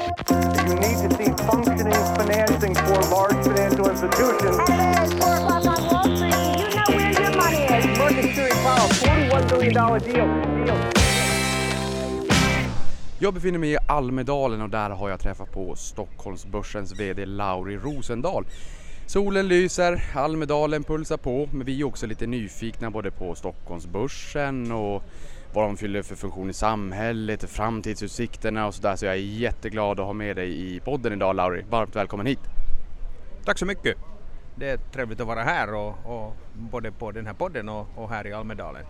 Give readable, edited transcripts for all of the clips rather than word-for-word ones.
You need to see functioning financing for large financial institutions. It's 4 o'clock on Wall Street. You know where your money is. Market Security Powell, $41 billion deal. Jag befinner mig i Almedalen och där har jag träffat på Stockholmsbörsens vd Lauri Rosendahl. Solen lyser, Almedalen pulsar på, men vi är också lite nyfikna både på Stockholmsbörsen och vad de fyller för funktion i samhället, framtidsutsikterna och sådär. Så jag är jätteglad att ha med dig i podden idag, Lauri. Varmt välkommen hit. Tack så mycket. Det är trevligt att vara här och både på den här podden och här i Almedalen.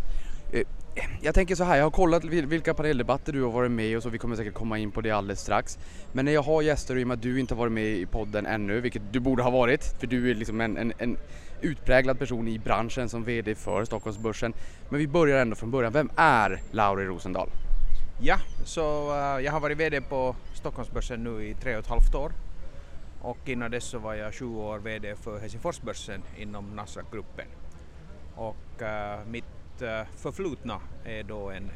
Jag tänker så här, jag har kollat vilka paneldebatter du har varit med i och så vi kommer säkert komma in på det alldeles strax. Men när jag har gäster och i och med att du inte har varit med i podden ännu, vilket du borde ha varit, för du är liksom en utpräglad person i branschen som vd för Stockholmsbörsen. Men vi börjar ändå från början. Vem är Lauri Rosendahl? Ja, så jag har varit vd på Stockholmsbörsen nu i 3,5 år. Och innan dess så var jag 20 år vd för Helsingforsbörsen inom Nasdaq-gruppen. Och mitt förflutna är då en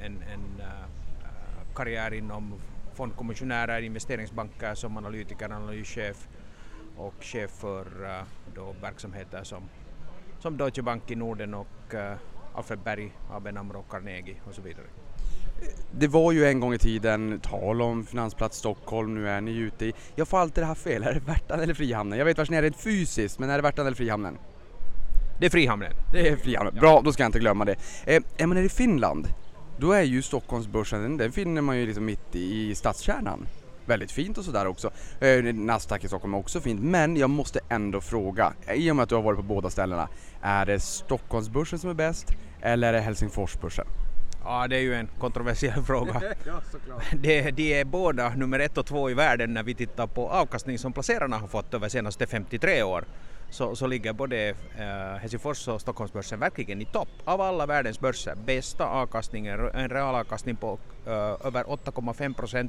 karriär inom fondkommissionärer, investeringsbanker som analytiker, analyschef och chef för då verksamheter som Deutsche Bank i Norden och Alfred Berg, ABN AMRO, Carnegie och så vidare. Det var ju en gång i tiden tal om Finansplats Stockholm, nu är ni ute i. Jag får alltid det här fel, är det Värtan eller Frihamnen? Jag vet var ni är rent fysiskt, men är det Värtan eller Frihamnen? Det är Frihamnen. Det är Frihamnen. Bra, då ska jag inte glömma det. Men är det Finland? Då är ju Stockholmsbörsen, den finner man ju liksom mitt i stadskärnan. Väldigt fint och sådär också. Nasdaq i Stockholm är också fint. Men jag måste ändå fråga, i och med att du har varit på båda ställena, är det Stockholmsbörsen som är bäst eller är det Helsingforsbörsen? Ja, det är ju en kontroversiell fråga. Ja, såklart. De är båda nummer 1 och 2 i världen när vi tittar på avkastning som placerarna har fått över senaste 53 år. Så ligger både Helsingfors och Stockholmsbörsen verkligen i topp av alla världens börser. Bästa avkastningen, en realavkastning på över 8,5%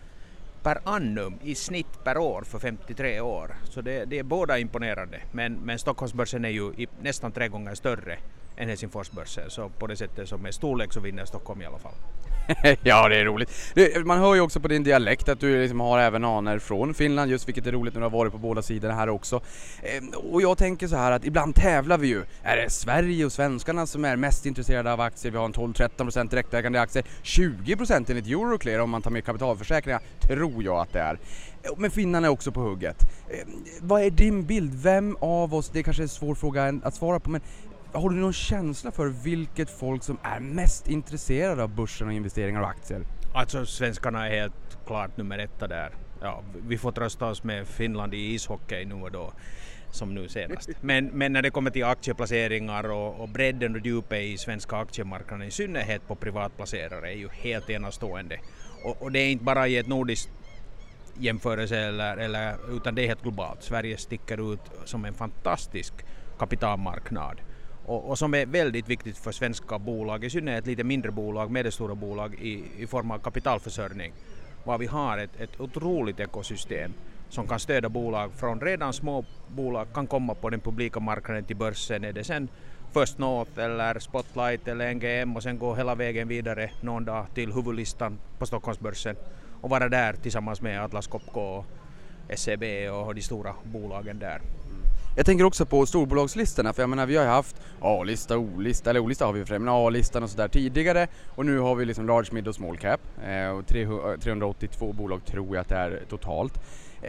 per annum i snitt per år för 53 år. Så det är båda imponerande. Men Stockholmsbörsen är ju nästan 3 gånger större än Helsingforsbörsen. Så på det sättet som är storlek så vinner Stockholm i alla fall. Ja, det är roligt. Man hör ju också på din dialekt att du liksom har även aner från Finland, just vilket är roligt när du har varit på båda sidorna här också. Och jag tänker så här att ibland tävlar vi ju. Är det Sverige och svenskarna som är mest intresserade av aktier? Vi har en 12-13% direktägande aktier, 20% enligt Euroclear om man tar med kapitalförsäkringar, tror jag att det är. Men finnarna är också på hugget. Vad är din bild? Vem av oss, det är kanske en svår fråga att svara på, men har du någon känsla för vilket folk som är mest intresserade av börsen och investeringar och aktier? Alltså svenskarna är helt klart nummer 1 där. Ja, vi får trösta oss med Finland i ishockey nu och då, som nu senast. Men när det kommer till aktieplaceringar och bredden och djupet i svenska aktiemarknaden, i synnerhet på privatplacerare, är ju helt enastående. Och det är inte bara i ett nordiskt jämförelse utan det är helt globalt. Sverige sticker ut som en fantastisk kapitalmarknad. Och som är väldigt viktigt för svenska bolag, i synnerhet lite mindre bolag, medelstora bolag i form av kapitalförsörjning. Var vi har ett otroligt ekosystem som kan stödja bolag från redan små bolag kan komma på den publika marknaden till börsen. Är det sen First North eller Spotlight eller NGM och sen gå hela vägen vidare någon dag till huvudlistan på Stockholmsbörsen och vara där tillsammans med Atlas Copco och SEB och de stora bolagen där. Jag tänker också på storbolagslistorna, för jag menar vi har ju haft A-lista, O-lista, eller O-lista har vi för men A-listan och sådär tidigare, och nu har vi liksom large, mid och small cap och 382 bolag tror jag att det är totalt.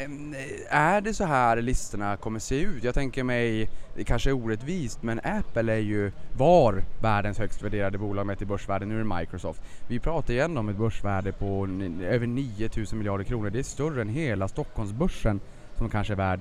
Är det så här listorna kommer se ut? Jag tänker mig, det kanske är orättvist, men Apple är ju var världens högst värderade bolag med till börsvärde, nu är det Microsoft. Vi pratar igen om ett börsvärde på över 9000 miljarder kronor, det är större än hela Stockholmsbörsen som kanske är värd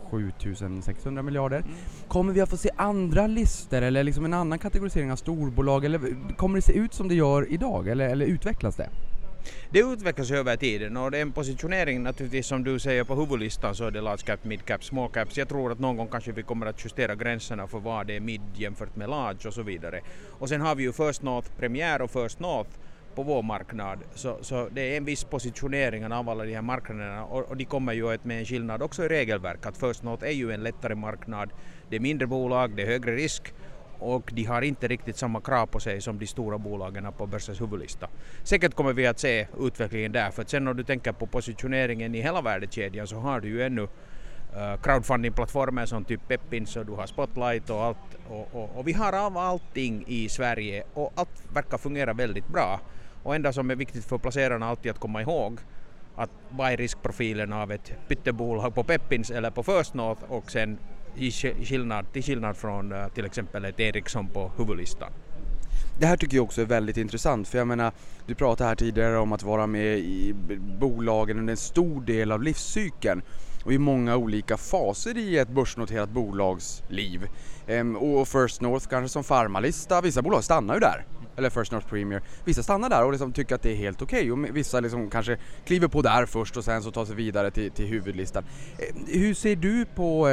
7600 miljarder. Kommer vi att få se andra listor eller liksom en annan kategorisering av storbolag, eller kommer det se ut som det gör idag, eller utvecklas det? Det utvecklas över tiden och det är en positionering naturligtvis, som du säger, på huvudlistan så är det large cap, mid cap, small caps. Jag tror att någon gång kanske vi kommer att justera gränserna för vad det är mid jämfört med large och så vidare. Och sen har vi ju First North Premier och First North på vår marknad, så det är en viss positionering av alla de här marknaderna, och de kommer ju med en skillnad också i regelverk, att First North är ju en lättare marknad, det är mindre bolag, det är högre risk och de har inte riktigt samma krav på sig som de stora bolagen på börsens huvudlista. Säkert kommer vi att se utvecklingen där, för att sen när du tänker på positioneringen i hela värdekedjan så har du ju ännu crowdfunding-plattformar som typ Pepins och du har Spotlight och allt. Och vi har av allting i Sverige och allt verkar fungera väldigt bra. Och enda som är viktigt för placerarna alltid att komma ihåg att vad är riskprofilen av ett pyttebolag på Pepins eller på First North och sen till skillnad från till exempel ett Ericsson på huvudlistan. Det här tycker jag också är väldigt intressant, för jag menar, du pratade här tidigare om att vara med i bolagen under en stor del av livscykeln och i många olika faser i ett börsnoterat bolags liv. Och First North kanske som farmalista, vissa bolag stannar ju där. Eller First North Premier. Vissa stannar där och liksom tycker att det är helt okej. Och vissa liksom kanske kliver på där först och sen så tar sig vidare till huvudlistan. Hur ser du på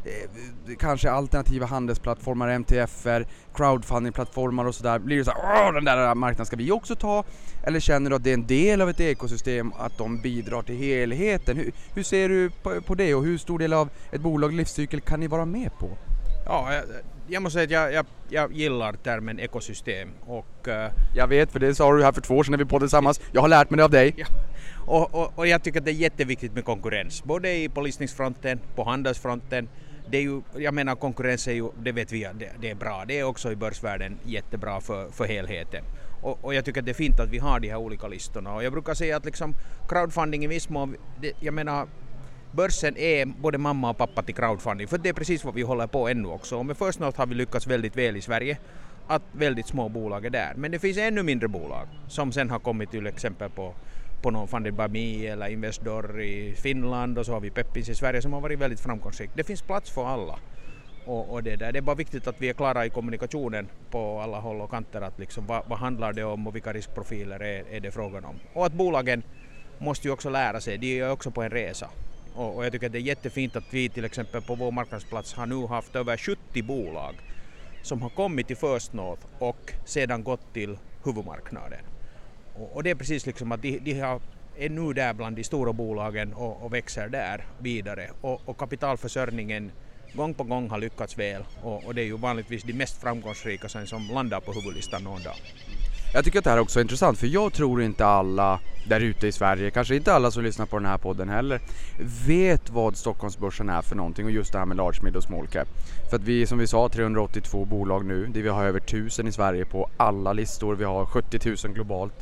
kanske alternativa handelsplattformar, MTF:er, crowdfundingplattformar och sådär? Blir det så här, den där marknaden ska vi också ta? Eller känner du att det är en del av ett ekosystem att de bidrar till helheten? Hur ser du på det och hur stor del av ett bolag livscykel kan ni vara med på? Ja, jag måste säga att jag gillar termen ekosystem och jag vet, för det sa du här för 2 år sedan när vi poddade tillsammans. Jag har lärt mig det av dig. Ja. Och jag tycker att det är jätteviktigt med konkurrens, både på listningsfronten, på handelsfronten. Det är ju, jag menar, konkurrens är ju, det vet vi, det är bra. Det är också i börsvärlden jättebra för helheten. Och jag tycker att det är fint att vi har de här olika listorna. Och jag brukar säga att liksom crowdfunding i viss mån, jag menar, börsen är både mamma och pappa till crowdfunding, för det är precis vad vi håller på ännu också. Och med First North har vi lyckats väldigt väl i Sverige, att väldigt små bolag är där. Men det finns ännu mindre bolag som sen har kommit till exempel på någon Funded by Me eller Investor i Finland, och så har vi Pepins i Sverige som har varit väldigt framgångsrikt. Det finns plats för alla. Och det är bara viktigt att vi är klara i kommunikationen på alla håll och kanter, att liksom, vad handlar det om och vilka riskprofiler är det frågan om. Och att bolagen måste ju också lära sig, de är också på en resa. Och jag tycker att det är jättefint att vi till exempel på vår marknadsplats har nu haft över 70 bolag som har kommit till First North och sedan gått till huvudmarknaden. Och det är precis liksom att de är nu där bland de stora bolagen och växer där vidare. Och kapitalförsörjningen gång på gång har lyckats väl, och det är ju vanligtvis de mest framgångsrika som landar på huvudlistan någon dag. Jag tycker att det här också är intressant, för jag tror inte alla där ute i Sverige, kanske inte alla som lyssnar på den här podden heller, vet vad Stockholmsbörsen är för någonting, och just det här med large, mid och small cap. För att vi, som vi sa, 382 bolag nu, det vi har över 1000 i Sverige på alla listor, vi har 70 000 globalt.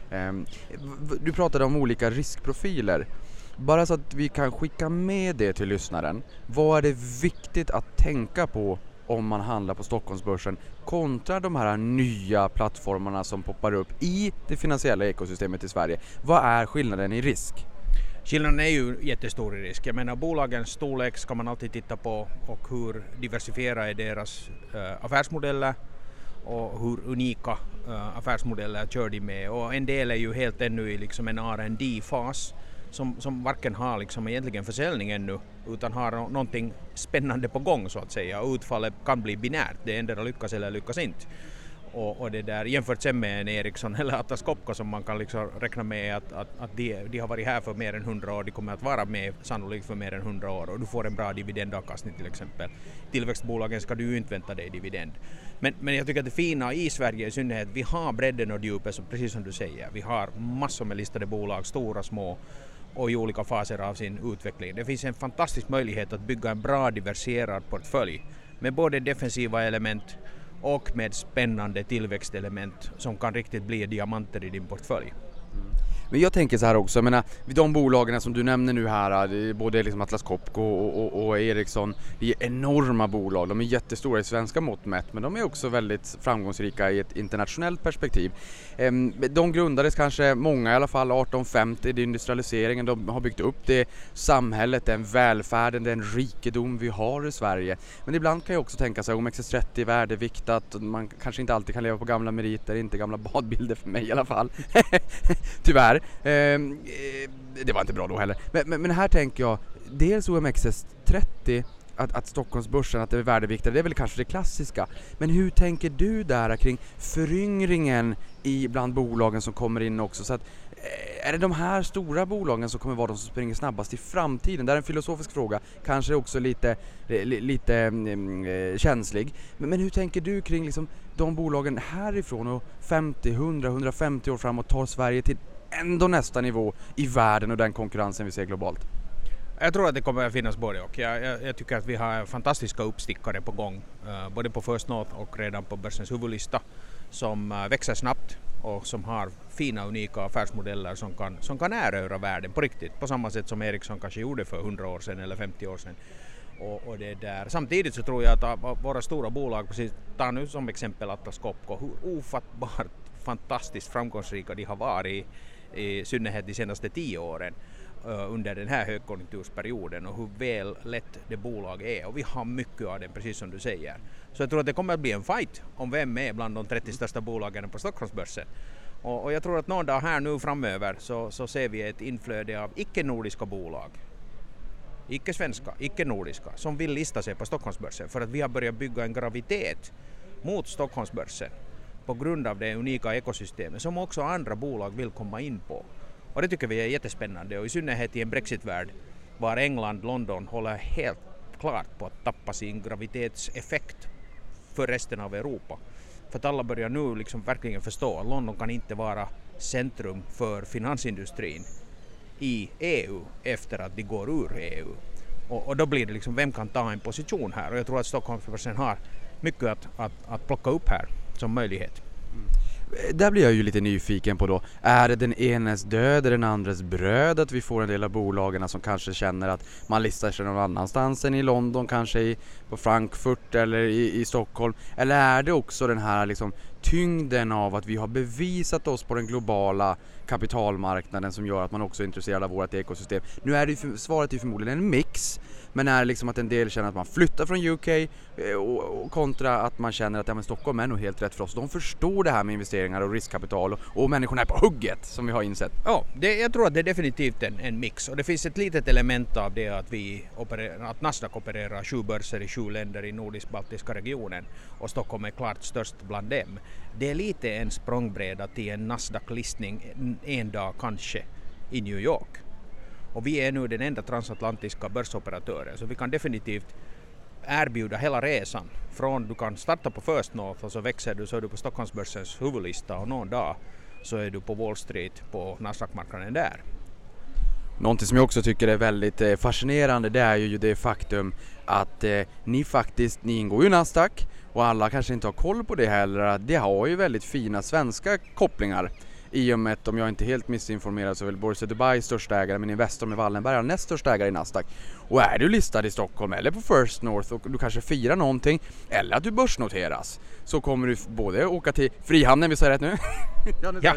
Du pratade om olika riskprofiler. Bara så att vi kan skicka med det till lyssnaren, vad är det viktigt att tänka på om man handlar på Stockholmsbörsen kontra de här nya plattformarna som poppar upp i det finansiella ekosystemet i Sverige? Vad är skillnaden i risk? Skillnaden är ju jättestor i risk. Jag menar, bolagens storlek ska man alltid titta på, och hur diversifierade är deras affärsmodeller och hur unika affärsmodeller kör de med. Och en del är ju helt ännu i liksom en R&D-fas som varken har liksom egentligen försäljning ännu, utan har någonting spännande på gång så att säga. Och utfallet kan bli binärt, det är ändå lyckas eller lyckas inte. Och det där, jämfört sen med en Ericsson eller Atlas Copco som man kan liksom räkna med att de har varit här för mer än 100 år, de kommer att vara med sannolikt för mer än 100 år, och du får en bra dividendavkastning till exempel. Tillväxtbolagen ska du ju inte vänta dig dividend. Men jag tycker att det fina i Sverige i synnerhet, vi har bredden och djupet, precis som du säger. Vi har massor med listade bolag, stora, små, och i olika faser av sin utveckling. Det finns en fantastisk möjlighet att bygga en bra diversifierad portfölj med både defensiva element och med spännande tillväxtelement som kan riktigt bli diamanter i din portfölj. Men jag tänker så här också, jag menar, de bolagen som du nämner nu här, både liksom Atlas Copco och Ericsson, det är enorma bolag. De är jättestora i svenska mått mätt, men de är också väldigt framgångsrika i ett internationellt perspektiv. De grundades kanske, många i alla fall, 1850, det är industrialiseringen, de har byggt upp det samhället, den välfärden, den rikedom vi har i Sverige. Men ibland kan jag också tänka sig, om XS30 är värdeviktat, man kanske inte alltid kan leva på gamla meriter, inte gamla badbilder för mig i alla fall. Tyvärr. Det var inte bra då heller. Men här tänker jag, dels OMXS30, att Stockholmsbörsen, att det är värdeviktade, det är väl kanske det klassiska. Men hur tänker du där kring föryngringen i bland bolagen som kommer in också? Så att Är det de här stora bolagen som kommer vara de som springer snabbast i framtiden? Det är en filosofisk fråga, kanske också lite känslig. Men hur tänker du kring liksom de bolagen härifrån och 50, 100, 150 år framåt tar Sverige till ändå nästa nivå i världen och den konkurrensen vi ser globalt? Jag tror att det kommer att finnas både och. Jag tycker att vi har fantastiska uppstickare på gång, både på First North och redan på börsens huvudlista, som växer snabbt och som har fina unika affärsmodeller som kan erövra världen på riktigt, på samma sätt som Ericsson kanske gjorde för 100 år sedan eller 50 år sedan. Och det där. Samtidigt så tror jag att våra stora bolag, precis ta nu som exempel Atlas Copco, hur ofattbart fantastiskt framgångsrika de har varit i synnerhet de senaste 10 åren under den här högkonjunktursperioden, och hur väl lätt det bolag är, och vi har mycket av det, precis som du säger. Så jag tror att det kommer att bli en fight om vem är bland de 30 största bolagen på Stockholmsbörsen. Och jag tror att någon dag här nu framöver så ser vi ett inflöde av icke-nordiska bolag, icke-svenska, icke-nordiska, som vill lista sig på Stockholmsbörsen, för att vi har börjat bygga en gravitet mot Stockholmsbörsen på grund av det unika ekosystemet som också andra bolag vill komma in på. Och det tycker vi är jättespännande, och i synnerhet i en Brexit-värld var England, London håller helt klart på att tappa sin gravitetseffekt för resten av Europa. För att alla börjar nu liksom verkligen förstå att London kan inte vara centrum för finansindustrin i EU efter att de går ur EU. Och då blir det liksom, vem kan ta en position här? Och jag tror att Stockholmsbörsen har mycket att plocka upp här som möjlighet. Där blir jag ju lite nyfiken på då. Är det den enes död, är den andres bröd att vi får en del av bolagen som kanske känner att man listar sig någon annanstans än i London, kanske på Frankfurt eller i Stockholm? Eller är det också den här liksom tyngden av att vi har bevisat oss på den globala kapitalmarknaden som gör att man också är intresserad av vårt ekosystem? Nu är det svaret är förmodligen en mix, men är det liksom att en del känner att man flyttar från UK och kontra att man känner att ja, men Stockholm är nog helt rätt för oss. De förstår det här med investeringar och riskkapital och människorna är på hugget, som vi har insett. Ja, jag tror att det är definitivt en mix, och det finns ett litet element av det att Nasdaq opererar 7 börser i 7 länder i nordisk-baltiska regionen, och Stockholm är klart störst bland dem. Det är lite en språngbräda till en Nasdaq-listning en dag kanske i New York. Och vi är nu den enda transatlantiska börsoperatören, så vi kan definitivt erbjuda hela resan. Från du kan starta på First North och så växer du, så är du på Stockholmsbörsens huvudlista, och någon dag så är du på Wall Street på Nasdaq-marknaden där. Någonting som jag också tycker är väldigt fascinerande, det är ju det faktum att ni ingår ju Nasdaq, och alla kanske inte har koll på det heller, att det har ju väldigt fina svenska kopplingar. I och med att, om jag inte är helt missinformerad, så är väl Borse Dubai största ägare, men Investor med Wallenberg är näst största ägare i Nasdaq. Och är du listad i Stockholm eller på First North och du kanske firar någonting, eller att du börsnoteras, så kommer du både åka till Frihamnen, vi säger rätt nu? Ja.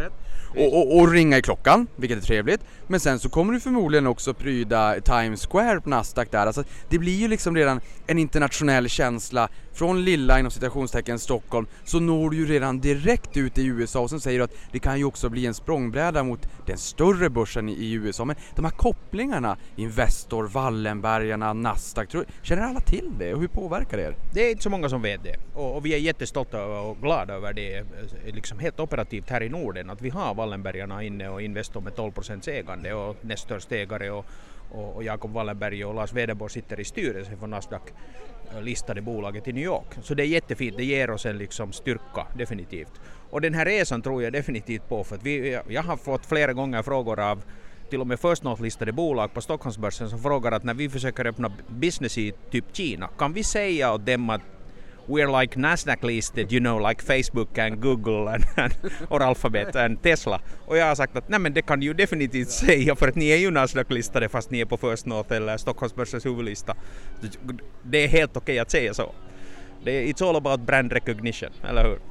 Och ringa i klockan, vilket är trevligt. Men sen så kommer du förmodligen också pryda Times Square på Nasdaq där. Alltså, det blir ju liksom redan en internationell känsla. Från lilla inom citationstecken Stockholm så når du ju redan direkt ut i USA, och sen säger du att det kan ju också bli en språngbräda mot den större börsen i USA. Men de här kopplingarna, Investor, Wallenbergarna, Nasdaq, känner alla till det, och hur påverkar det er? Det är inte så många som vet det, och vi är jättestolta och glada över det, liksom helt operativt här i Norden, att vi har Wallenbergarna inne och Investor med 12% ägande och näst störst ägare, och Jakob Wallenberg och Lars Wederborg sitter i styrelsen för Nasdaq listade bolaget i New York. Så det är jättefint, det ger oss en liksom styrka, definitivt. Och den här resan tror jag definitivt på, för att jag har fått flera gånger frågor av till och med First North-listade bolag på Stockholmsbörsen som frågar att när vi försöker öppna business i typ Kina, kan vi säga åt dem att we're like Nasdaq listed, you know, like Facebook and Google och Alphabet and Tesla. Och jag har sagt att nej, men det kan ju definitivt säga, för att ni är ju Nasdaq-listade fast ni är på First North eller Stockholmsbörsens huvudlista. Det är helt okej att säga så. It's all about brand recognition, eller hur?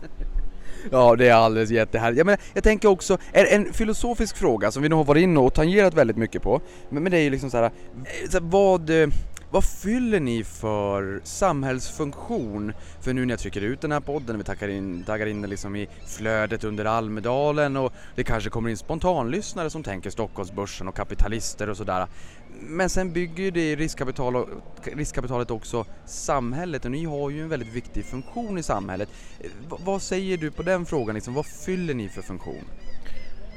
Ja, det är alldeles jättehärligt. Jag tänker också, en filosofisk fråga som vi nog har varit inne och tangerat väldigt mycket på. Men det är ju liksom så här, vad fyller ni för samhällsfunktion? För nu när jag trycker ut den här podden, vi taggar in den liksom i flödet under Almedalen, och det kanske kommer in spontanlyssnare som tänker Stockholmsbörsen och kapitalister och sådär. Men sen bygger det riskkapitalet också samhället, och ni har ju en väldigt viktig funktion i samhället. Vad säger du på den frågan? Liksom, vad fyller ni för funktion?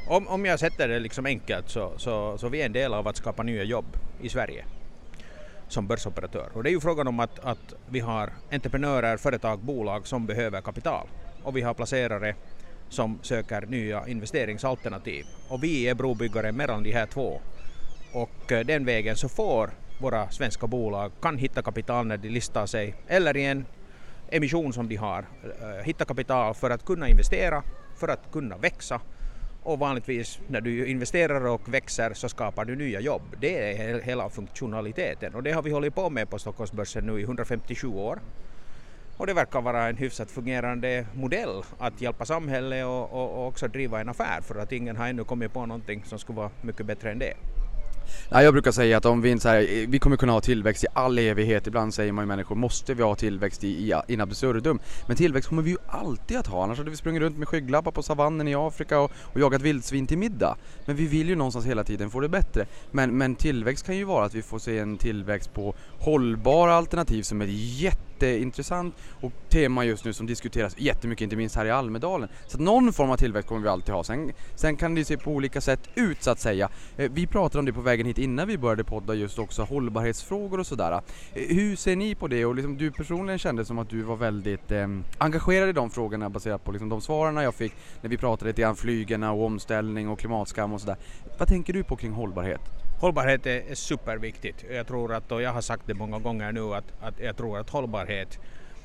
Om jag sätter det liksom enkelt så vi är en del av att skapa nya jobb i Sverige som börsoperatör. Och det är ju frågan om att vi har entreprenörer, företag, bolag som behöver kapital. Och vi har placerare som söker nya investeringsalternativ. Och vi är brobyggare mellan de här två. Och den vägen så får våra svenska bolag kan hitta kapital när de listar sig eller i en emission som de har. Hitta kapital för att kunna investera, för att kunna växa. Och vanligtvis när du investerar och växer så skapar du nya jobb. Det är hela funktionaliteten och det har vi hållit på med på Stockholmsbörsen nu i 157 år. Och det verkar vara en hyfsat fungerande modell att hjälpa samhället och också driva en affär för att ingen har ännu kommit på någonting som skulle vara mycket bättre än det. Nej, jag brukar säga att om vi inte så här, vi kommer kunna ha tillväxt i all evighet. Ibland säger man ju människor, måste vi ha tillväxt in absurdum? Men tillväxt kommer vi ju alltid att ha. Annars hade vi sprungit runt med skygglappar på savannen i Afrika och jagat vildsvin till middag. Men vi vill ju någonstans hela tiden få det bättre. Men tillväxt kan ju vara att vi får se en tillväxt på hållbara alternativ som är jätteintressant och tema just nu som diskuteras jättemycket, inte minst här i Almedalen. Så att någon form av tillväxt kommer vi alltid ha. Sen kan det se på olika sätt ut så att säga. Vi pratade om det på vägen hit innan vi började podda, just också hållbarhetsfrågor och sådär. Hur ser ni på det? Och liksom, du personligen kände som att du var väldigt engagerad i de frågorna baserat på liksom, de svaren jag fick när vi pratade lite grann flygerna och omställning och klimatskam och sådär. Vad tänker du på kring hållbarhet? Hållbarhet är superviktigt. Jag tror att, och jag har sagt det många gånger nu, att jag tror att hållbarhet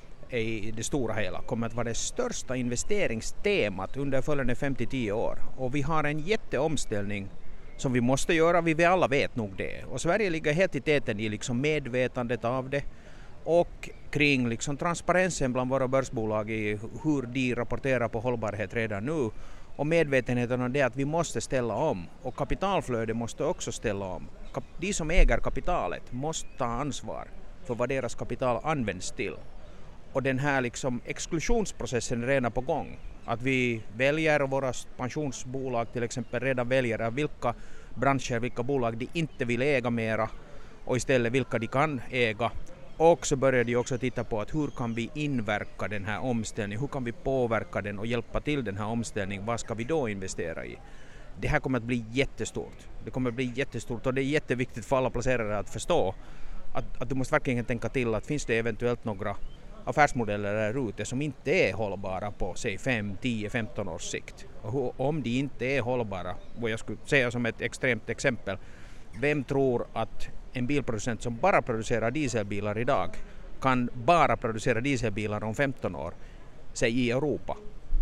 i det stora hela kommer att vara det största investeringstemat under följande 5-10 år. Och vi har en jätteomställning som vi måste göra, vi alla vet nog det. Och Sverige ligger helt i täten i liksom medvetandet av det och kring liksom transparensen bland våra börsbolag i hur de rapporterar på hållbarhet redan nu. Och medvetenheten om det att vi måste ställa om och kapitalflödet måste också ställa om. De som äger kapitalet måste ta ansvar för vad deras kapital används till. Och den här liksom exklusionsprocessen är redan på gång. Att vi väljer våra pensionsbolag till exempel redan väljer vilka branscher, vilka bolag de inte vill äga mera och istället vilka de kan äga. Och så börjar de också titta på att hur kan vi inverka den här omställningen, hur kan vi påverka den och hjälpa till den här omställningen, vad ska vi då investera i? Det här kommer att bli jättestort. Det kommer att bli jättestort och det är jätteviktigt för alla placerare att förstå att du måste verkligen tänka till att finns det eventuellt några affärsmodeller där ute som inte är hållbara på säg 5, 10, 15 års sikt. Och om de inte är hållbara, och jag skulle säga som ett extremt exempel, vem tror att en bilproducent som bara producerar dieselbilar idag kan bara producera dieselbilar om 15 år, säg i Europa?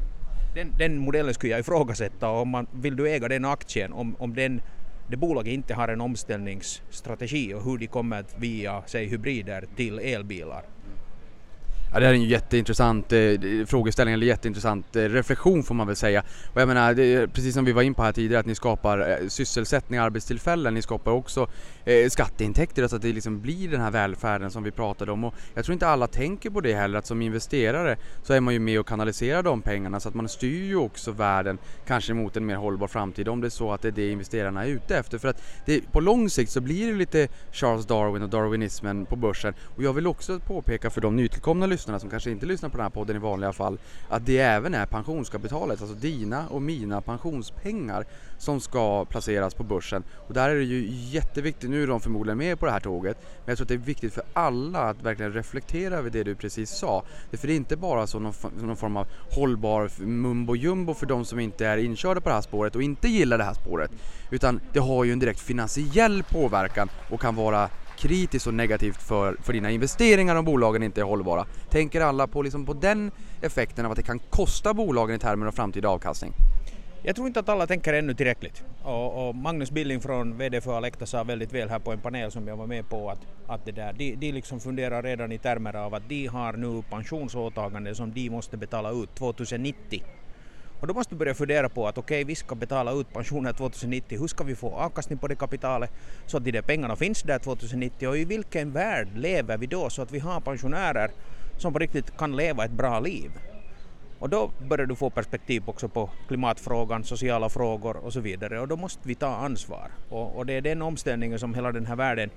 Den modellen skulle jag ifrågasätta, och vill du äga den aktien om det bolaget inte har en omställningsstrategi och hur de kommer att via säg hybrider till elbilar. Ja, det här är en jätteintressant frågeställning eller jätteintressant reflektion får man väl säga. Och jag menar, precis som vi var in på här tidigare, att ni skapar sysselsättning, arbetstillfällen, ni skapar också skatteintäkter så att det liksom blir den här välfärden som vi pratade om. Och jag tror inte alla tänker på det heller, att som investerare så är man ju med och kanaliserar de pengarna så att man styr ju också världen kanske mot en mer hållbar framtid om det är så att det är det investerarna är ute efter. För att på lång sikt så blir det lite Charles Darwin och darwinismen på börsen. Och jag vill också påpeka för de nytillkomna lyssnarna som kanske inte lyssnar på den här podden i vanliga fall, att det även är pensionskapitalet, alltså dina och mina pensionspengar som ska placeras på börsen. Och där är det ju jätteviktigt, nu är de förmodligen med på det här tåget, men jag tror att det är viktigt för alla att verkligen reflektera över det du precis sa. För det är inte bara så någon form av hållbar mumbo jumbo för de som inte är inkörda på det här spåret och inte gillar det här spåret, utan det har ju en direkt finansiell påverkan och kan vara kritiskt och negativt för dina investeringar om bolagen inte är hållbara. Tänker alla på, liksom på den effekten av att det kan kosta bolagen i termer av framtida avkastning? Jag tror inte att alla tänker ännu tillräckligt. Och Magnus Billing från VD för Alecta sa väldigt väl här på en panel som jag var med på att det där, de liksom funderar redan i termer av att de har nu pensionsåtaganden som de måste betala ut 2090. Och då måste vi börja fundera på att okej, vi ska betala ut pensioner 2090. Hur ska vi få avkastning på det kapitalet så att de där pengarna finns där 2090? Och i vilken värld lever vi då så att vi har pensionärer som på riktigt kan leva ett bra liv? Och då börjar du få perspektiv också på klimatfrågan, sociala frågor och så vidare. Och då måste vi ta ansvar. Och det är den omställningen som hela den här världen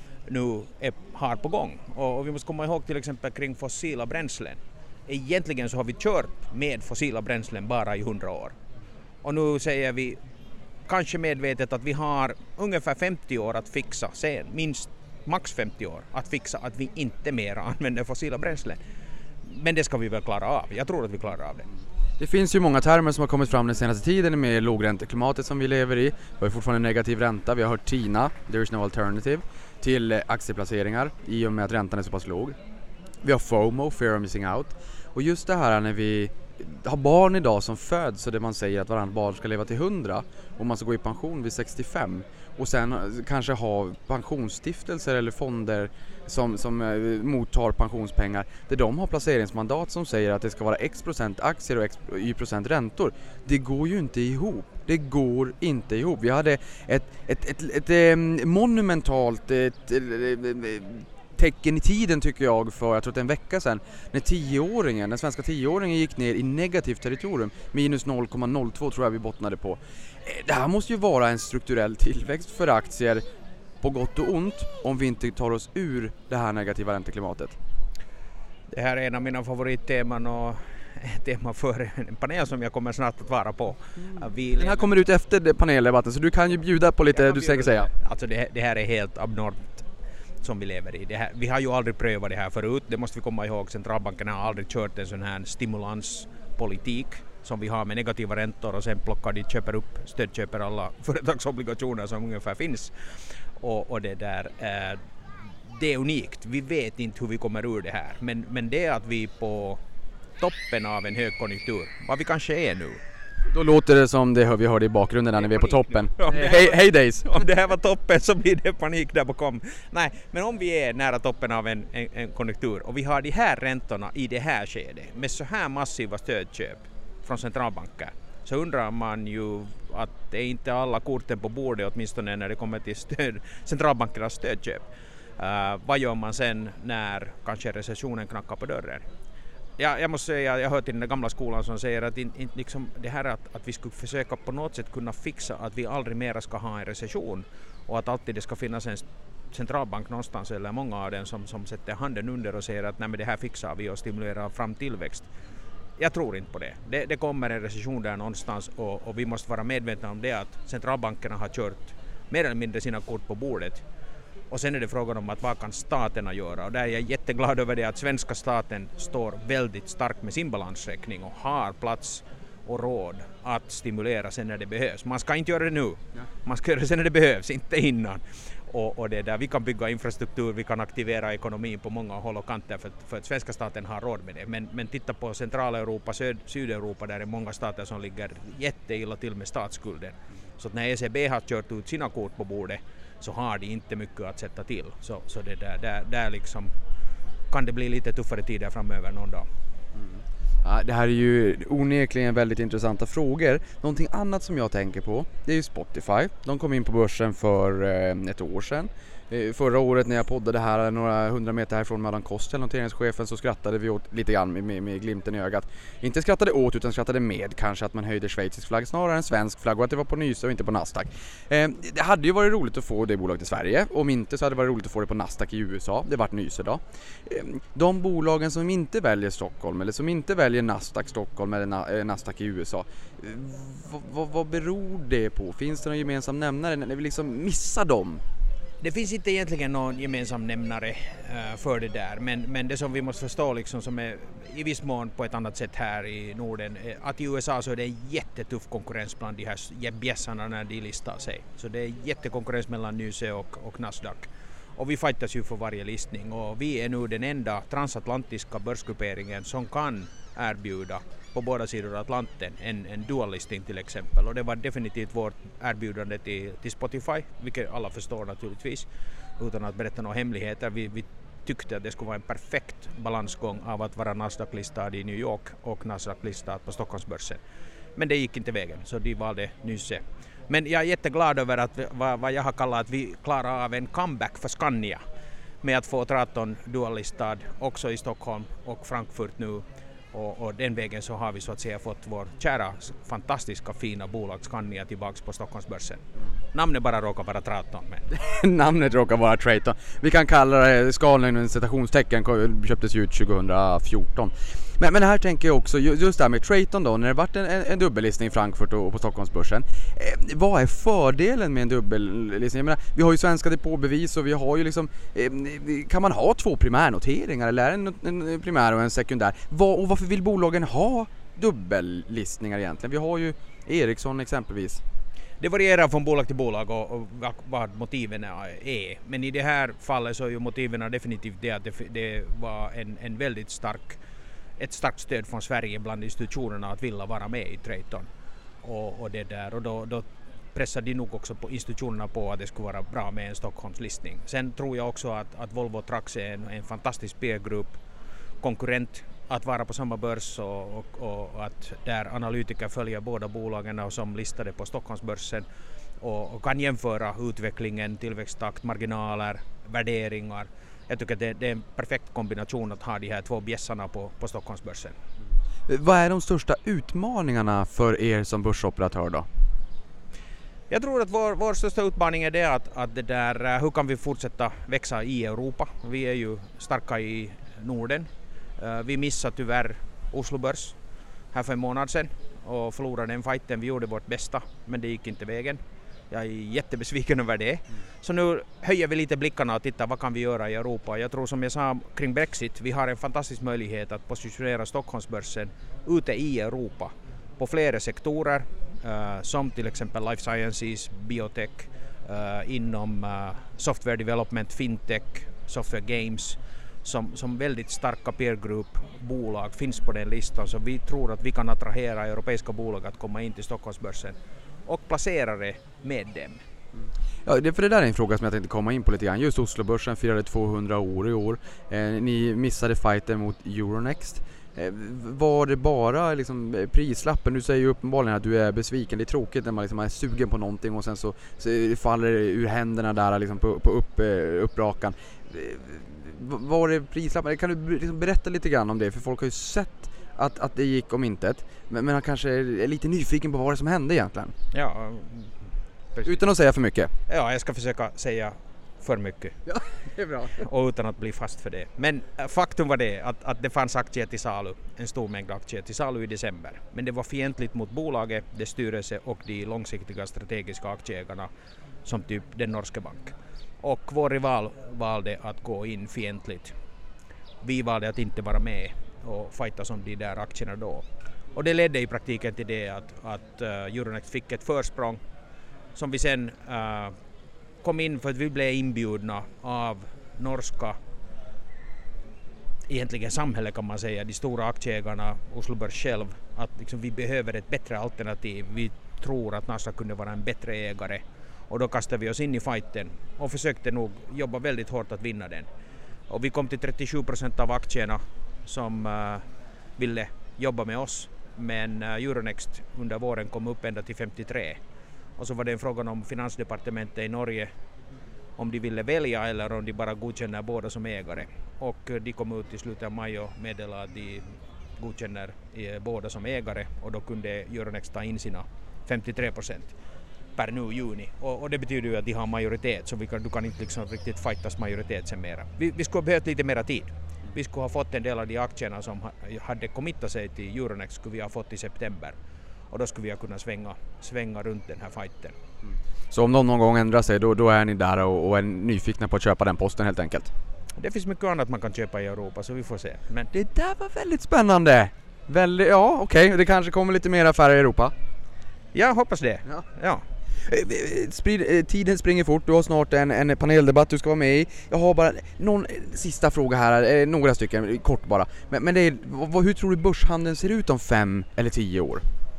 nu har på gång. Och vi måste komma ihåg till exempel kring fossila bränslen. Egentligen så har vi kört med fossila bränslen bara i 100 år. Och nu säger vi kanske medvetet att vi har ungefär 50 år att fixa, minst max 50 år att fixa att vi inte mer använder fossila bränslen. Men det ska vi väl klara av. Jag tror att vi klarar av det. Det finns ju många termer som har kommit fram den senaste tiden med lågränteklimatet som vi lever i. Vi har fortfarande negativ ränta. Vi har hört TINA, there is no alternative, till aktieplaceringar i och med att räntan är så pass låg. Vi har FOMO, fear of missing out. Och just det här när vi har barn idag som föds så det man säger att varannat barn ska leva till 100 och man ska gå i pension vid 65 och sen kanske ha pensionsstiftelser eller fonder som mottar pensionspengar där de har placeringsmandat som säger att det ska vara x% aktier och y% räntor. Det går ju inte ihop. Det går inte ihop. Vi hade ett monumentalt tecken i tiden tycker jag för, jag tror att en vecka sedan, när den svenska 10-åringen gick ner i negativt territorium, minus 0,02 tror jag vi bottnade på. Det här måste ju vara en strukturell tillväxt för aktier på gott och ont om vi inte tar oss ur det här negativa ränteklimatet. Det här är en av mina favoritteman och tema för en panel som jag kommer snart att vara på. Den här kommer ut efter paneldebatten så du kan ju bjuda på lite du tänker säga. Alltså det här är helt abnormt som vi lever i. Vi har ju aldrig prövat det här förut, det måste vi komma ihåg. Centralbanken har aldrig kört en sån här stimulanspolitik som vi har med negativa räntor och sen stödköper alla företagsobligationer som ungefär finns. Och det där, det är unikt. Vi vet inte hur vi kommer ur det här. Men det är att vi är på toppen av en högkonjunktur, vad vi kanske är nu. Då låter det som det vi hörde i bakgrunden när vi är på toppen. Hej days! Om det här var toppen så blir det panik där bakom. Nej, men om vi är nära toppen av en konjunktur och vi har de här räntorna i det här skedet med så här massiva stödköp från centralbanker, så undrar man ju att det är inte alla korten på bordet åtminstone när det kommer till centralbankernas stödköp. Vad gör man sen när kanske recessionen knackar på dörren? Ja, jag måste säga, jag hör till den gamla skolan som säger att liksom det här att vi skulle försöka på något sätt kunna fixa att vi aldrig mera ska ha en recession och att alltid det ska finnas en centralbank någonstans eller många av dem som sätter handen under och säger att nej, men det här fixar vi och stimulerar fram tillväxt. Jag tror inte på det. Det kommer en recession där någonstans och vi måste vara medvetna om det att centralbankerna har kört mer eller mindre sina kort på bordet. Och sen är det frågan om att vad kan staterna göra, och där är jag jätteglad över det att svenska staten står väldigt starkt med sin balansräkning och har plats och råd att stimulera sen när det behövs. Man ska inte göra det nu, man ska göra det sen när det behövs, inte innan. Och det där, vi kan bygga infrastruktur, vi kan aktivera ekonomin på många håll och kanter för att svenska staten har råd med det. Men titta på Centraleuropa, Sydeuropa, där är många stater som ligger jätteilla till med statsskulden. Så att när ECB har kört ut sina kort på bordet så har de inte mycket att sätta till. Så det där liksom kan det bli lite tuffare tider framöver någon dag. Ja, det här är ju onekligen väldigt intressanta frågor. Någonting annat som jag tänker på, det är ju Spotify. De kom in på börsen för ett år sedan. Förra året när jag poddade här några 100 meter härifrån med Adam Kostel, noteringschefen, så skrattade vi åt lite grann med glimten i ögat. Inte skrattade åt utan skrattade med kanske att man höjde schweizisk flagg snarare än svensk flagg och att det var på Nyse och inte på Nasdaq. Det hade ju varit roligt att få det bolaget i Sverige. Om inte så hade det varit roligt att få det på Nasdaq i USA. Det vart Nyse då. De bolagen som inte väljer Stockholm eller som inte väljer Nasdaq Stockholm eller Nasdaq i USA, vad beror det på? Finns det någon gemensam nämnare när vi liksom missar dem? Det finns inte egentligen någon gemensam nämnare för det där, men det som vi måste förstå liksom, som är i viss mån på ett annat sätt här i Norden, att i USA så är det en jättetuff konkurrens bland de här bjässarna när de listar sig. Så det är jättekonkurrens mellan Nyse och Nasdaq. Och vi fightas ju för varje listning och vi är nu den enda transatlantiska börsgrupperingen som kan erbjuda på båda sidor Atlanten en dual-listing till exempel, och det var definitivt vårt erbjudande till Spotify, vilket alla förstår naturligtvis utan att berätta några hemligheter. Vi tyckte att det skulle vara en perfekt balansgång av att vara Nasdaq-listad i New York och Nasdaq-listad på Stockholmsbörsen, men det gick inte vägen så de valde Nyse. Men jag är jätteglad över att vad jag har kallat att vi klarar av en comeback för Scania med att få Traton dual-listad också i Stockholm och Frankfurt nu. Och den vägen så har vi så att säga fått vår kära, fantastiska, fina bolag Scania tillbaks på Stockholmsbörsen. Namnet bara råkar vara Traton. Men. Namnet råkar vara Traton. Vi kan kalla det, skalen inom citationstecken, köptes ju ut 2014. Men här tänker jag också, just det här med Traton då, när det varit en dubbellistning i Frankfurt och på Stockholmsbörsen. Vad är fördelen med en dubbellistning? Jag menar, vi har ju svenska depåbevis och vi har ju liksom, kan man ha 2 primärnoteringar eller en primär och en sekundär? Och varför vill bolagen ha dubbellistningar egentligen? Vi har ju Ericsson exempelvis. Det varierar från bolag till bolag och vad motiven är. Men i det här fallet så är ju motiven definitivt det att det var en väldigt ett starkt stöd från Sverige bland institutionerna att vilja vara med i Traton. Och det där. Och då pressade de nog också på institutionerna på att det skulle vara bra med en Stockholmslistning. Sen tror jag också att Volvo Trucks är en fantastisk peer group konkurrent att vara på samma börs och att där analytiker följer båda bolagen som listade på Stockholmsbörsen och kan jämföra utvecklingen, tillväxttakt, marginaler, värderingar. Jag tycker att det är en perfekt kombination att ha de här 2 bjässarna på Stockholmsbörsen. Vad är de största utmaningarna för er som börsoperatör då? Jag tror att vår största utmaning är det att det där, hur kan vi fortsätta växa i Europa? Vi är ju starka i Norden. Vi missade tyvärr Oslo börs här för en månad sedan och förlorade den fighten. Vi gjorde vårt bästa, men det gick inte vägen. Jag är jättebesviken över det. Så nu höjer vi lite blickarna och tittar vad kan vi göra i Europa. Jag tror som jag sa kring Brexit, vi har en fantastisk möjlighet att positionera Stockholmsbörsen ute i Europa på flera sektorer som till exempel life sciences, biotech, inom software development, fintech, software games. Som väldigt starka peer group-bolag finns på den listan, så vi tror att vi kan attrahera europeiska bolag att komma in till Stockholmsbörsen och placera det med dem. Ja, för det där är en fråga som jag tänkte komma in på lite grann. Just Oslobörsen firade 200 år i år. Ni missade fighten mot Euronext. Var det bara liksom prislappen? Du säger ju uppenbarligen att du är besviken. Det är tråkigt när man liksom är sugen på någonting och sen så faller det ur händerna där liksom på upprakan. Var det prislappen? Kan du liksom berätta lite grann om det? För folk har ju sett att det gick om intet. Men han kanske är lite nyfiken på vad det som hände egentligen. Ja, precis. Utan att säga för mycket. Ja, jag ska försöka säga för mycket. Ja, det är bra. Och utan att bli fast för det. Men faktum var det att det fanns aktier till salu. En stor mängd aktier till salu i december. Men det var fientligt mot bolaget, dess styrelse och de långsiktiga strategiska aktieägarna som typ den norska bank. Och vår rival valde att gå in fientligt. Vi valde att inte vara med och fighta som de där aktierna då. Och det ledde i praktiken till det att Euronext fick ett försprång som vi sen kom in för att vi blev inbjudna av norska, egentligen samhället kan man säga, de stora aktieägarna, Oslo Börs själv, att liksom vi behöver ett bättre alternativ. Vi tror att Nasdaq kunde vara en bättre ägare. Och då kastade vi oss in i fighten och försökte nog jobba väldigt hårt att vinna den. Och vi kom till 37% av aktierna som ville jobba med oss. Men Euronext under våren kom upp ända till 53%. Och så var det en fråga om Finansdepartementet i Norge om de ville välja eller om de bara godkänner båda som ägare. Och de kom ut i slutet av maj och meddelade att de godkänner båda som ägare, och då kunde Euronext ta in sina 53% per nu juni. Och det betyder ju att de har majoritet, så du kan inte liksom riktigt fightas majoritet sen mera. Vi skulle ha behövt lite mera tid. Vi skulle ha fått en del av de aktierna som hade committat sig till Euronext skulle vi ha fått i september. Och då skulle vi kunna svänga runt den här fighten. Så om någon gång ändrar sig, då är ni där och är nyfikna på att köpa den posten helt enkelt? Det finns mycket annat man kan köpa i Europa, så vi får se. Men det där var väldigt spännande! Ja, okej. Det kanske kommer lite mer affärer i Europa? Jag hoppas det. Ja. Tiden springer fort, du har snart en paneldebatt du ska vara med i. Jag har bara någon sista fråga här, några stycken, kort bara. Men det är, hur tror du börshandeln ser ut om 5 eller 10 år?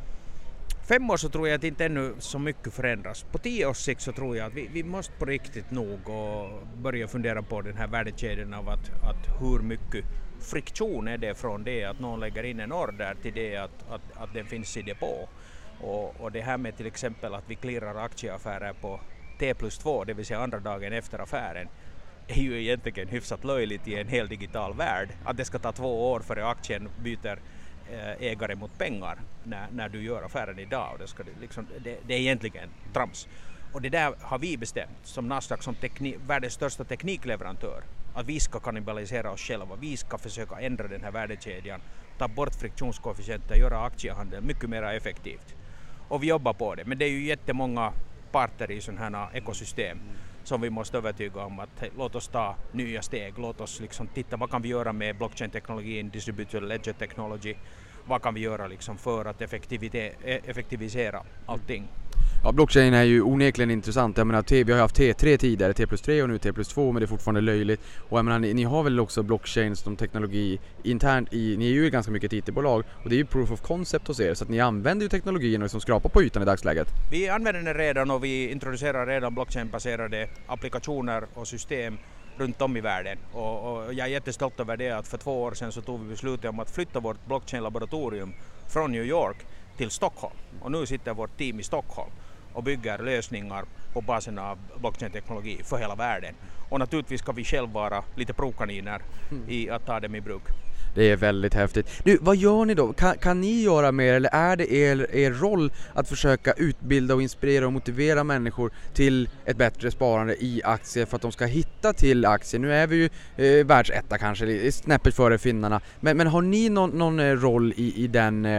5 år så tror jag att inte ännu så mycket förändras. På 10 års sikt så tror jag att vi måste på riktigt nog och börja fundera på den här värdekedjan av att hur mycket friktion är det från det att någon lägger in en order till det att den finns i depå. Och det här med till exempel att vi klirrar aktieaffärer på T+2, det vill säga andra dagen efter affären, är ju egentligen hyfsat löjligt i en hel digital värld. Att det ska ta 2 år före aktien byter ägare mot pengar när du gör affären idag. Det är egentligen trams. Och det där har vi bestämt som Nasdaq, som världens största teknikleverantör, att vi ska kannibalisera oss själva. Vi ska försöka ändra den här värdekedjan ta bort friktionskoefficienter, göra aktiehandel mycket mer effektivt. Och vi jobbar på det, men det är ju jättemånga parter i sådana här ekosystem som vi måste övertyga om att låt oss ta nya steg, låt oss liksom titta vad kan vi göra med blockchain-teknologin, distributed ledger technology, vad kan vi göra liksom för att effektivisera allting. Ja, blockchain är ju onekligen intressant. Jag menar, vi har haft T3 tidigare, T+3 och nu T+2, men det är fortfarande löjligt. Och jag menar, ni har väl också blockchain som teknologi internt ni är ju ganska mycket ett IT-bolag och det är ju proof of concept hos er, så att ni använder ju teknologin och liksom skrapar på ytan i dagsläget. Vi använder den redan och vi introducerar redan blockchain-baserade applikationer och system runt om i världen. Och jag är jättestolt över det att för 2 år sedan så tog vi beslutet om att flytta vårt blockchain-laboratorium från New York till Stockholm. Och nu sitter vårt team i Stockholm och bygger lösningar på basen av blockchain-teknologi för hela världen. Och naturligtvis ska vi själv vara lite provkaniner i att ta dem i bruk. Det är väldigt häftigt. Nu, vad gör ni då? Kan ni göra mer, eller är det er roll att försöka utbilda och inspirera och motivera människor till ett bättre sparande i aktier för att de ska hitta till aktier? Nu är vi ju världsetta kanske, snäppet före finnarna. Men har ni någon roll i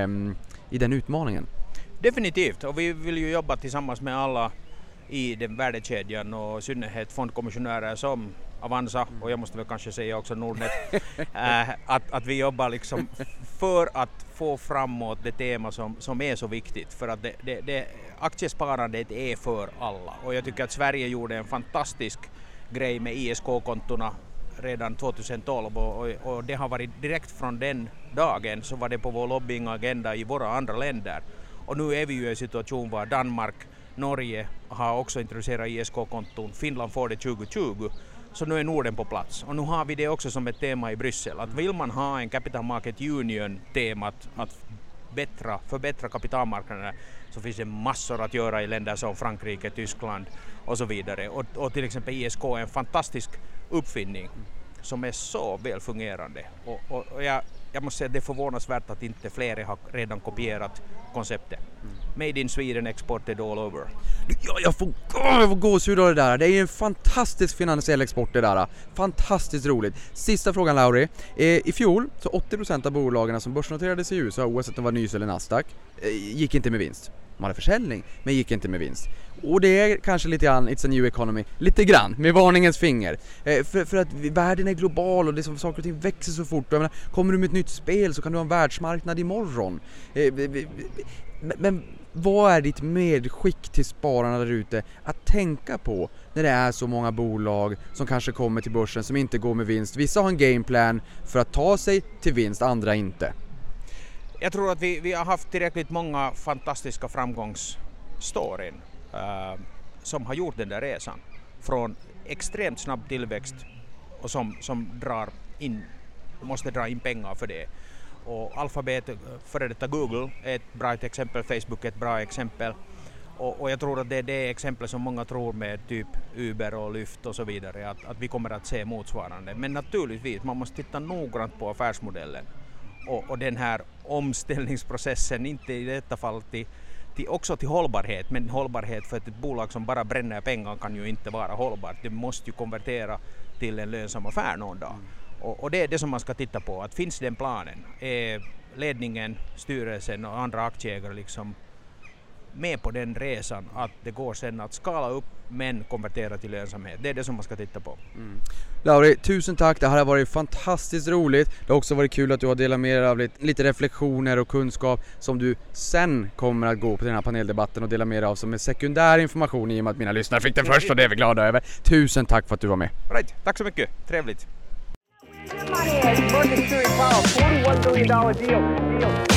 den utmaningen? Definitivt, och vi vill ju jobba tillsammans med alla i den värdekedjan och i synnerhet fondkommissionärer som Avanza och jag måste väl kanske säga också Nordnet att vi jobbar liksom för att få framåt det tema som är så viktigt, för att aktiesparandet är för alla och jag tycker att Sverige gjorde en fantastisk grej med ISK-kontona redan 2012 och det har varit direkt från den dagen så var det på vår lobbyingagenda i våra andra länder. Och nu är vi ju i en situation var Danmark, Norge har också introducerat ISK-konton, Finland får det 2020, så nu är Norden på plats. Och nu har vi det också som ett tema i Bryssel, att vill man ha en Capital Market Union-temat att förbättra kapitalmarknaden så finns det massor att göra i länder som Frankrike, Tyskland och så vidare. Och till exempel ISK är en fantastisk uppfinning som är så väl fungerande. Och jag måste säga att det är förvånansvärt att inte fler har redan kopierat konceptet. Made in Sweden, exported all over. Ja, jag får gåshud av det där. Det är en fantastisk finansiell export det där. Fantastiskt roligt. Sista frågan, Lauri. I fjol så 80% av bolagen som börsnoterades i USA, oavsett om det var Nys eller Nasdaq, gick inte med vinst. De hade försäljning, men gick inte med vinst. Och det är kanske lite grann, it's a new economy, lite grann, med varningens finger. För att världen är global och det som saker och ting växer så fort. Jag menar, kommer du med ett nytt spel så kan du ha en världsmarknad imorgon. Men vad är ditt medskick till spararna där ute att tänka på när det är så många bolag som kanske kommer till börsen som inte går med vinst? Vissa har en gameplan för att ta sig till vinst, andra inte. Jag tror att vi har haft tillräckligt många fantastiska framgångsstoryn som har gjort den där resan från extremt snabb tillväxt och som måste dra in pengar för det. Och Alphabet, före detta Google, är ett bra exempel, Facebook är ett bra exempel. Och jag tror att det är det exempel som många tror med typ Uber och Lyft och så vidare, att vi kommer att se motsvarande. Men naturligtvis, man måste titta noggrant på affärsmodellen. Och den här omställningsprocessen, inte i detta fall också till hållbarhet, men hållbarhet för att ett bolag som bara bränner pengar kan ju inte vara hållbart. Det måste ju konvertera till en lönsam affär någon dag. Och det är det som man ska titta på, att finns den planen? Är ledningen, styrelsen och andra aktieägare liksom med på den resan att det går sen att skala upp men konvertera till lönsamhet? Det är det som man ska titta på. Lauri, tusen tack. Det här har varit fantastiskt roligt. Det har också varit kul att du har delat med dig av lite reflektioner och kunskap som du sen kommer att gå på den här paneldebatten och dela med dig av som en sekundär information i och med att mina lyssnare fick den först och det är vi glada över. Tusen tack för att du var med. Right. Tack så mycket. Trevligt. Morgan Stanley Powell, $41 billion deal.